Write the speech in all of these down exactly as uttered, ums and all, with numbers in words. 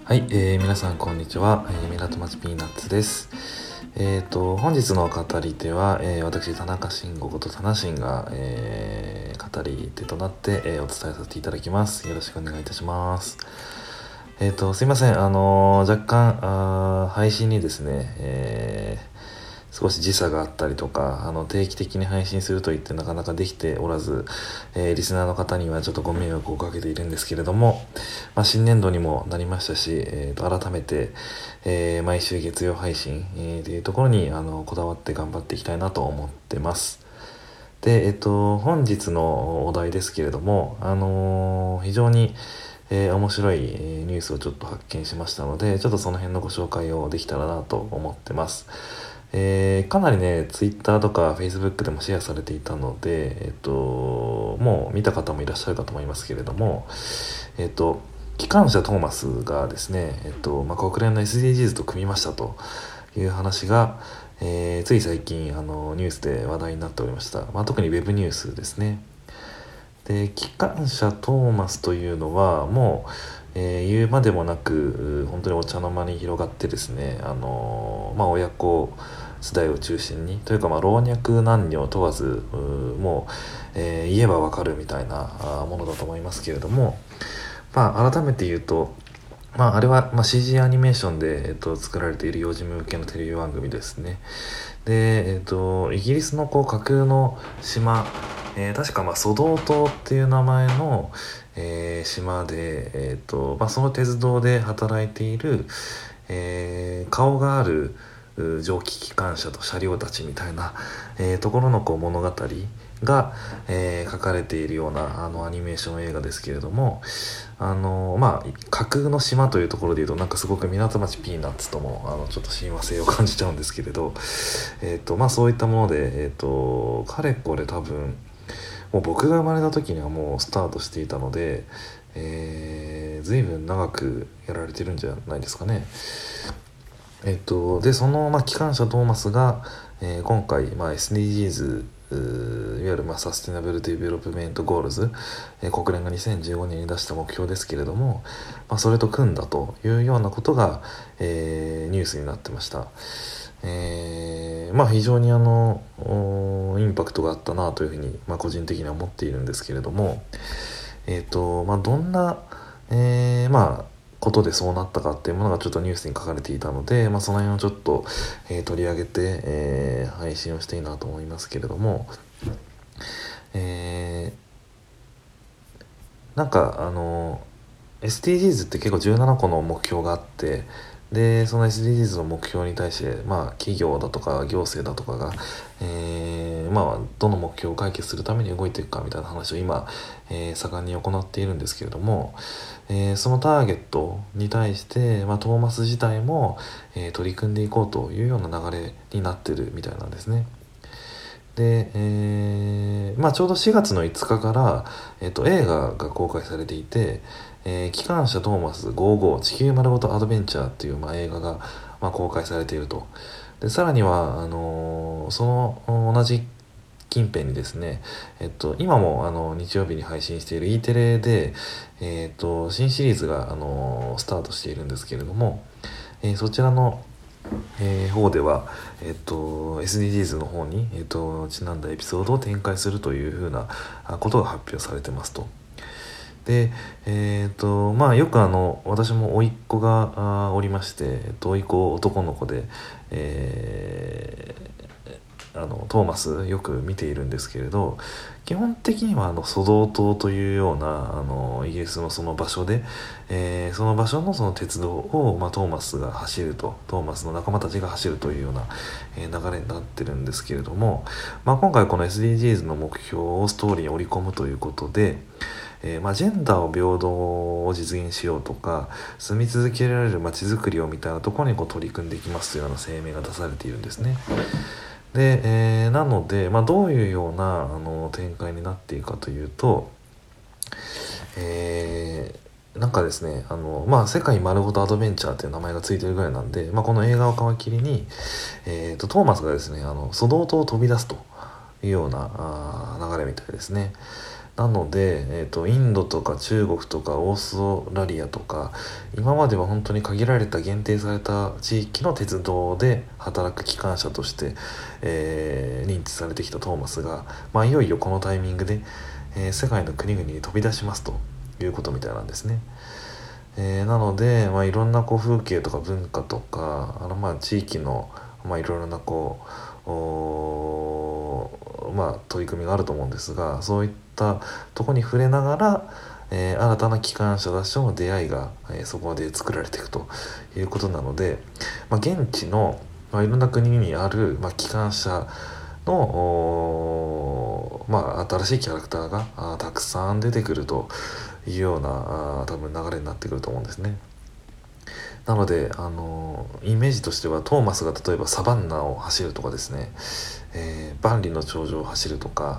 はい、えー、皆さんこんにちは、えー、港町ピーナッツです。えーと本日の語り手は、えー、私田中慎吾こと田中慎が、えー、語り手となって、えー、お伝えさせていただきます。よろしくお願いいたします。えーとすいません、あのー、若干あ配信にですね、えー少し時差があったりとか、あの定期的に配信すると言ってなかなかできておらず、えー、リスナーの方にはちょっとご迷惑をかけているんですけれども、まあ、新年度にもなりましたし、えー、と改めて、えー毎週月曜配信、えーというところにあのこだわって頑張っていきたいなと思ってます。で、えっと、本日のお題ですけれども、あのー非常に、えー面白いえーニュースをちょっと発見しましたので、ちょっとその辺のご紹介をできたらなと思ってます。えーかなりね、ツイッターとかフェイスブックでもシェアされていたので、えっと、もう見た方もいらっしゃるかと思いますけれども、えっと、機関車トーマスがですね、えっと、まあ、国連の エスディージーズ と組みましたという話が、えーつい最近あのニュースで話題になっておりました。まあ、特にウェブニュースですね。で、機関車トーマスというのはもう、えー言うまでもなく本当にお茶の間に広がってですね、あのまあ、親子世代を中心にというか、まあ、老若男女問わずもう、えー言えばわかるみたいなあものだと思いますけれども、まあ、改めて言うと、まあ、あれは、まあ、シージー アニメーションで、えっと、作られている幼児向けのテレビ番組ですね。で、えっと、イギリスのこう架空の島、えー確か、まあ、ソドー島っていう名前の、えー島で、えっとまあ、その鉄道で働いている、えー顔があるう蒸気機関車と車両たちみたいな、えーところのこう物語が、えー書かれているようなあのアニメーション映画ですけれども、あのまあ架空の島というところでいうとなんかすごく港町ピーナッツともあのちょっと親和性を感じちゃうんですけれど、えーとまあ、そういったもので、えーとかれこれ多分もう僕が生まれた時にはもうスタートしていたので、えー、随分長くやられてるんじゃないですかね。えっと、でその、まあ、機関車トーマスが、えー今回、まあ、エスディージーズ うーいわゆる、まあ、サステナブルディベロップメントゴールズ、えー国連がにせんじゅうごねんに出した目標ですけれども、まあ、それと組んだというようなことが、えーニュースになってました。えーまあ非常にあのおインパクトがあったなというふうに、まあ、個人的には思っているんですけれども、えっとまあ、どんな、えーまあことでそうなったかっていうものがちょっとニュースに書かれていたので、まあ、その辺をちょっと、えー取り上げて、えー配信をしていいなと思いますけれども、えーなんかあの エスディージーズ って結構じゅうななこの目標があって、でその エスディージーズ の目標に対して、まあ、企業だとか行政だとかが、えーまあ、どの目標を解決するために動いていくかみたいな話を今、えー盛んに行っているんですけれども、えーそのターゲットに対して、まあ、トーマス自体も、えー取り組んでいこうというような流れになってるみたいなんですね。で、えーまあ、ちょうどしがつのいつかから、えっと、映画が公開されていて、えー機関車トーマスごじゅうご地球丸ごとアドベンチャーっていう、まあ、映画が、まあ、公開されていると。でさらにはあのーその同じ近辺にですね、えっと、今もあの日曜日に配信している E テレで、えっと、新シリーズが、あのースタートしているんですけれども、えーそちらのえー方では、えっと、エスディージーズ の方に、えっと、ちなんだエピソードを展開するというふうなあことが発表されてますと。で、えっとまあよくあの私も甥っ子があおりまして、えっと、甥っ子男の子で、えーあのトーマスよく見ているんですけれど、基本的にはあのソドー島というようなあのイギリスのその場所で、えーその場所のその鉄道を、まあ、トーマスが走るとトーマスの仲間たちが走るというような、えー流れになってるんですけれども、まあ、今回この エスディージーズ の目標をストーリーに織り込むということで、えーまあ、ジェンダーを平等を実現しようとか住み続けられる街づくりをみたいなところにこう取り組んでいきますというような声明が出されているんですね。で、えーなので、まあ、どういうようなあの展開になっていくかというと、えーなんかですね、あのまあ、世界丸ごとアドベンチャーっていう名前がついてるぐらいなんで、まあ、この映画を皮切りに、えーと、トーマスがですね、あのソドー島を飛び出すというようなあー流れみたいですね。 なので、えーと、インドとか中国とかオーストラリアとか今までは本当に限られた限定された地域の鉄道で働く機関車として、えー、認知されてきたトーマスが、まあ、いよいよこのタイミングで、えー、世界の国々に飛び出しますということみたいなんですね。えー、なので、まあ、いろんなこう風景とか文化とかあのまあ地域の、まあ、いろいろなこうまあ、取り組みがあると思うんですが、そういったところに触れながら、えー、新たな機関車たちとの出会いが、えー、そこで作られていくということなので、まあ、現地の、まあ、いろんな国にある、まあ、機関車の、まあ、新しいキャラクターがあたくさん出てくるというようなあ多分流れになってくると思うんですね。なので、あのイメージとしてはトーマスが例えばサバンナを走るとかですね、えー、万里の長城を走るとか、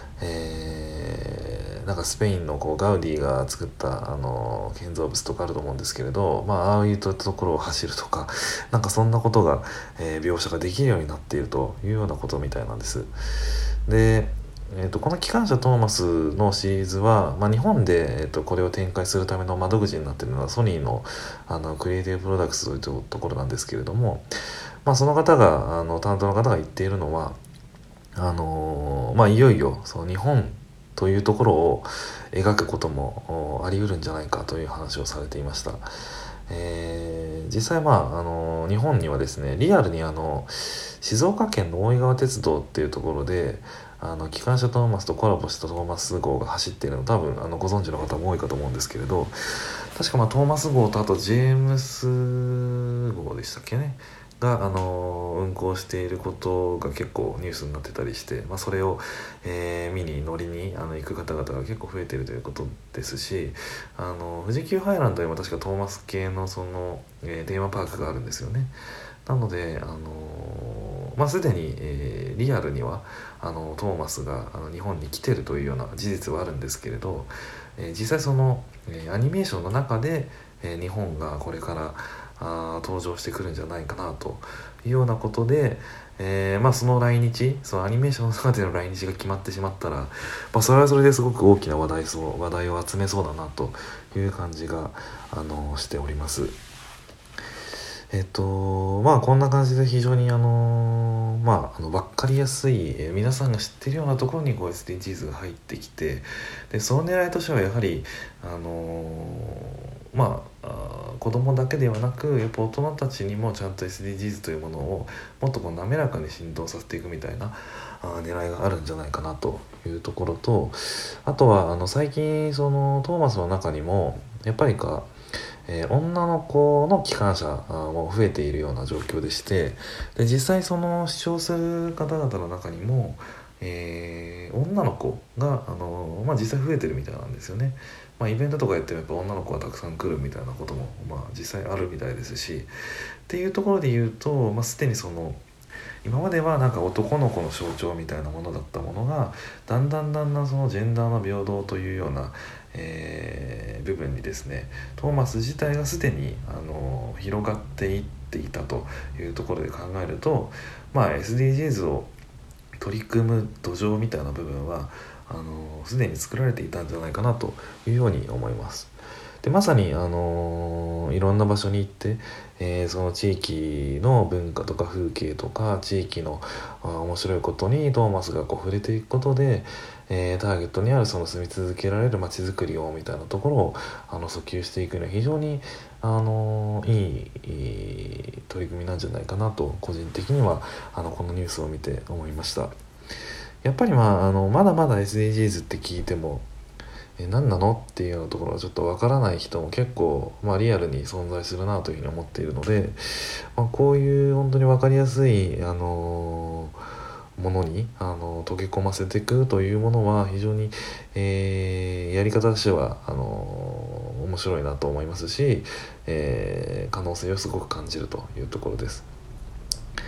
えー、なんかスペインのこうガウディが作ったあの建造物とかあると思うんですけれど、まあ、ああいうところを走るとかなんかそんなことが、えー、描写ができるようになっているというようなことみたいなんです。でえー、とこの機関車トーマスのシリーズは、まあ、日本で、えー、とこれを展開するための窓口になっているのはソニーの、あのクリエイティブプロダクツというところなんですけれども、まあ、その方があの担当の方が言っているのはあのーまあ、いよいよその日本というところを描くこともあり得るんじゃないかという話をされていました。えー、実際まあ、あのー日本にはですねリアルにあの静岡県の大井川鉄道っていうところであの機関車トーマスとコラボしたトーマス号が走っているの多分あのご存知の方も多いかと思うんですけれど、確かまあトーマス号とあとジェームス号でしたっけねが、あの運行していることが結構ニュースになってたりして、まあ、それを、えー見に乗りにあの行く方々が結構増えているということですし、あの富士急ハイランドにも確かトーマス系のその、えーテーマパークがあるんですよね。なので、あのまあ、すでに、えーリアルにはあのトーマスがあの日本に来てるというような事実はあるんですけれど、えー実際その、えーアニメーションの中で、えー日本がこれからあ登場してくるんじゃないかなというようなことで、えーまあ、その来日そのアニメーションの中での来日が決まってしまったら、まあ、それはそれですごく大きな話題そう話題を集めそうだなという感じが、あのしております。えっとまあこんな感じで非常にあのまああの分かりやすい、えー皆さんが知っているようなところにこう エスディージーズ が入ってきて、でその狙いとしてはやはりあのまああー子供だけではなくやっぱ大人たちにもちゃんと エスディージーズ というものをもっとこう滑らかに浸透させていくみたいなあー狙いがあるんじゃないかなというところと、あとはあの最近そのトーマスの中にもやっぱりかえー女の子の機関車あーも増えているような状況でして、で実際その視聴する方々の中にも、えー女の子が、あのまあ、実際増えてるみたいなんですよね。まあ、イベントとかやってもやっぱ女の子がたくさん来るみたいなことも、まあ、実際あるみたいですしっていうところで言うと、まあ、すでにその今まではなんか男の子の象徴みたいなものだったものがだんだんだんだんそのジェンダーの平等というような、えー部分にですねトーマス自体がすでに、あの広がっていっていたというところで考えると、まあ、エスディージーズ を取り組む土壌みたいな部分はあのすでに作られていたんじゃないかなというように思います。でまさに、あのいろんな場所に行って、えーその地域の文化とか風景とか地域のあー面白いことにトーマスがこう触れていくことで、えーターゲットにあるその住み続けられる街づくりをみたいなところをあの訴求していくのは非常に、あのいい、いい取り組みなんじゃないかなと個人的にはあのこのニュースを見て思いました。やっぱり、まあ、あのまだまだ エスディージーズ って聞いてもえ何なのっていうようなところはちょっとわからない人も結構、まあ、リアルに存在するなというふうに思っているので、まあ、こういう本当に分かりやすい、あのものに、あの溶け込ませていくというものは非常に、えーやり方としてはあの面白いなと思いますし、えー可能性をすごく感じるというところです。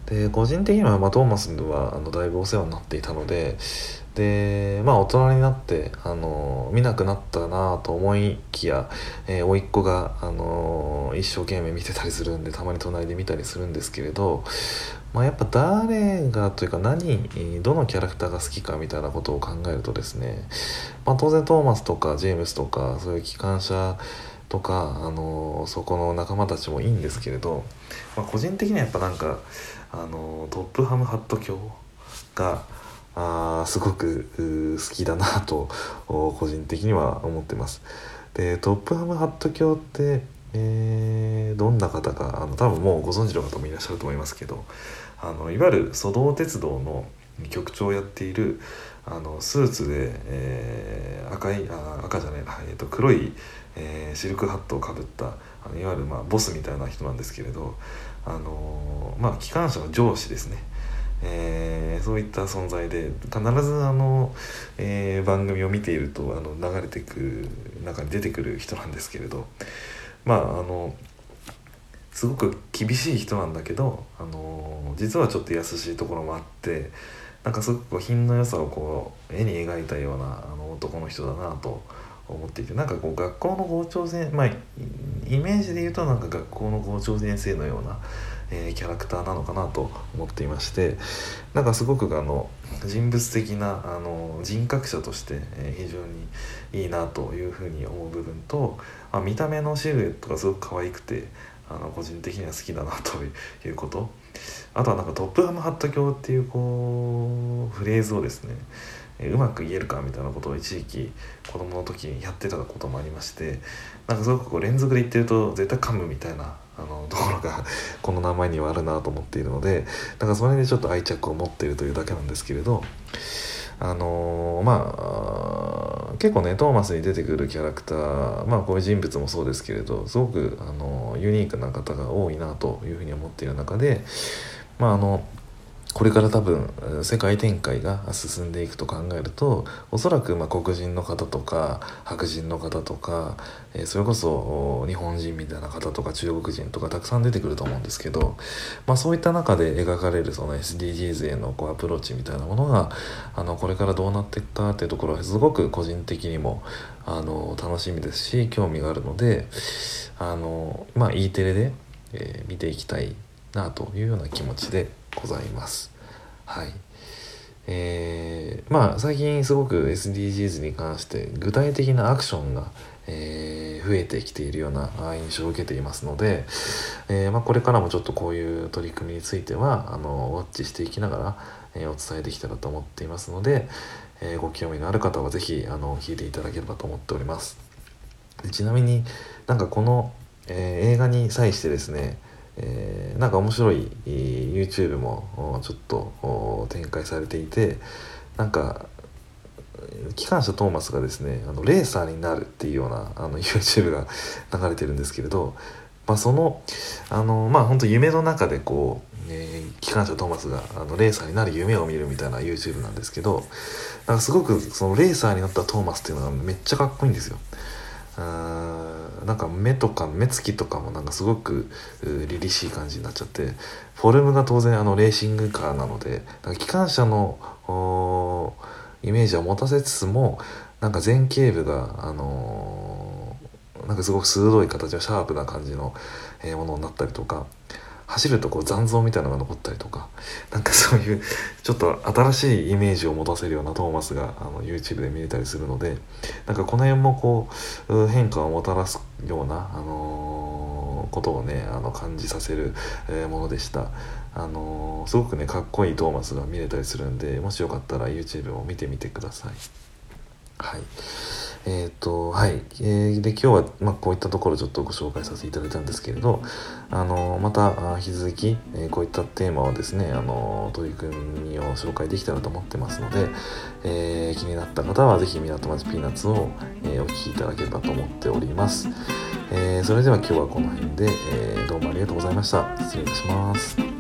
で個人的には、まあ、トーマスはあのだいぶお世話になっていたので、でまあ大人になってあの見なくなったなと思いきや、えー、甥っ子があの一生懸命見てたりするんで、たまに隣で見たりするんですけれど、まあ、やっぱ誰がというか何どのキャラクターが好きかみたいなことを考えるとですね、まあ、当然トーマスとかジェームスとかそういう機関車とかあのそこの仲間たちもいいんですけれど、まあ、個人的にはやっぱなんかあのトップハムハット教があすごく好きだなと個人的には思ってます。でトップハムハット教って、えー、どんな方かあの多分もうご存知の方もいらっしゃると思いますけど、あのいわゆる蘇道鉄道の局長をやっているあのスーツで、えー、赤いあ赤じゃない、えー、と黒い、えー、シルクハットをかぶったあのいわゆる、まあ、ボスみたいな人なんですけれど、あのー、まあ機関車の上司ですね。えー、そういった存在で必ずあの、えー、番組を見ているとあの流れてくる中に出てくる人なんですけれど、まああのすごく厳しい人なんだけど、あの実はちょっと優しいところもあって、なんかすごくこう品の良さをこう絵に描いたようなあの男の人だなと思っていて、なんかこう学校の校長先生、まあイメージで言うとなんか学校の校長先生のような、えー、キャラクターなのかなと思っていまして、なんかすごくあの人物的なあの人格者として、えー、非常にいいなというふうに思う部分と、まあ、見た目のシルエットがすごく可愛くてあの個人的には好きだなということ、あとはなんかトップハムハット教っていうこうフレーズをですねうまく言えるかみたいなことを一時期子供の時にやってたこともありまして、なんかすごくこう連続で言ってると絶対噛むみたいなあのところがこの名前にはあるなと思っているので、なんかそれでちょっと愛着を持っているというだけなんですけれど、あのー、まあ結構ねトーマスに出てくるキャラクター、まあこういう人物もそうですけれど、すごく、あのー、ユニークな方が多いなというふうに思っている中で、まああのこれから多分世界展開が進んでいくと考えると、おそらくまあ黒人の方とか白人の方とか、えー、それこそ日本人みたいな方とか中国人とかたくさん出てくると思うんですけど、まあ、そういった中で描かれるその エスディージーズ へのこうアプローチみたいなものがあのこれからどうなっていくかっていうところはすごく個人的にもあの楽しみですし興味があるので、あのまあ E テレで、えー、見ていきたいなというような気持ちでございます。はい。えー、まあ最近すごく エスディージーズ に関して具体的なアクションが、えー、増えてきているような印象を受けていますので、えーまあ、これからもちょっとこういう取り組みについてはあのウォッチしていきながら、えー、お伝えできたらと思っていますので、えー、ご興味のある方はぜひあの聞いていただければと思っております。でちなみになんかこの、えー、映画に際してですね、えー、なんか面白い YouTube もちょっと展開されていて、なんか機関車トーマスがですねあのレーサーになるっていうようなあの YouTube が流れてるんですけれど、まあ、そのあのまあ本当夢の中でこう、えー、機関車トーマスがあのレーサーになる夢を見るみたいな YouTube なんですけど、なんかすごくそのレーサーになったトーマスっていうのがめっちゃかっこいいんですよ。あなんか目とか目つきとかもなんかすごく凛々しい感じになっちゃって、フォルムが当然あのレーシングカーなのでなんか機関車のイメージを持たせつつもなんか前頸部があのー、なんかすごく鋭い形のシャープな感じのものになったりとか、走るとこう残像みたいなのが残ったりとか、なんかそういうちょっと新しいイメージを持たせるようなトーマスがあの YouTube で見れたりするので、なんかこの辺もこう変化をもたらすような、あのー、ことをねあの感じさせる、えー、ものでした。あのー、すごくねかっこいいトーマスが見れたりするんで、もしよかったら YouTube を見てみてください。はい。えーとはいえー、で今日は、まあ、こういったところちょっとご紹介させていただいたんですけれど、あのまた引き続き、えー、こういったテーマをですねあの取り組みを紹介できたらと思ってますので、えー、気になった方はぜひ港町ピーナッツを、えー、お聞きいただければと思っております。えー、それでは今日はこの辺で、えー、どうもありがとうございました。失礼いたします。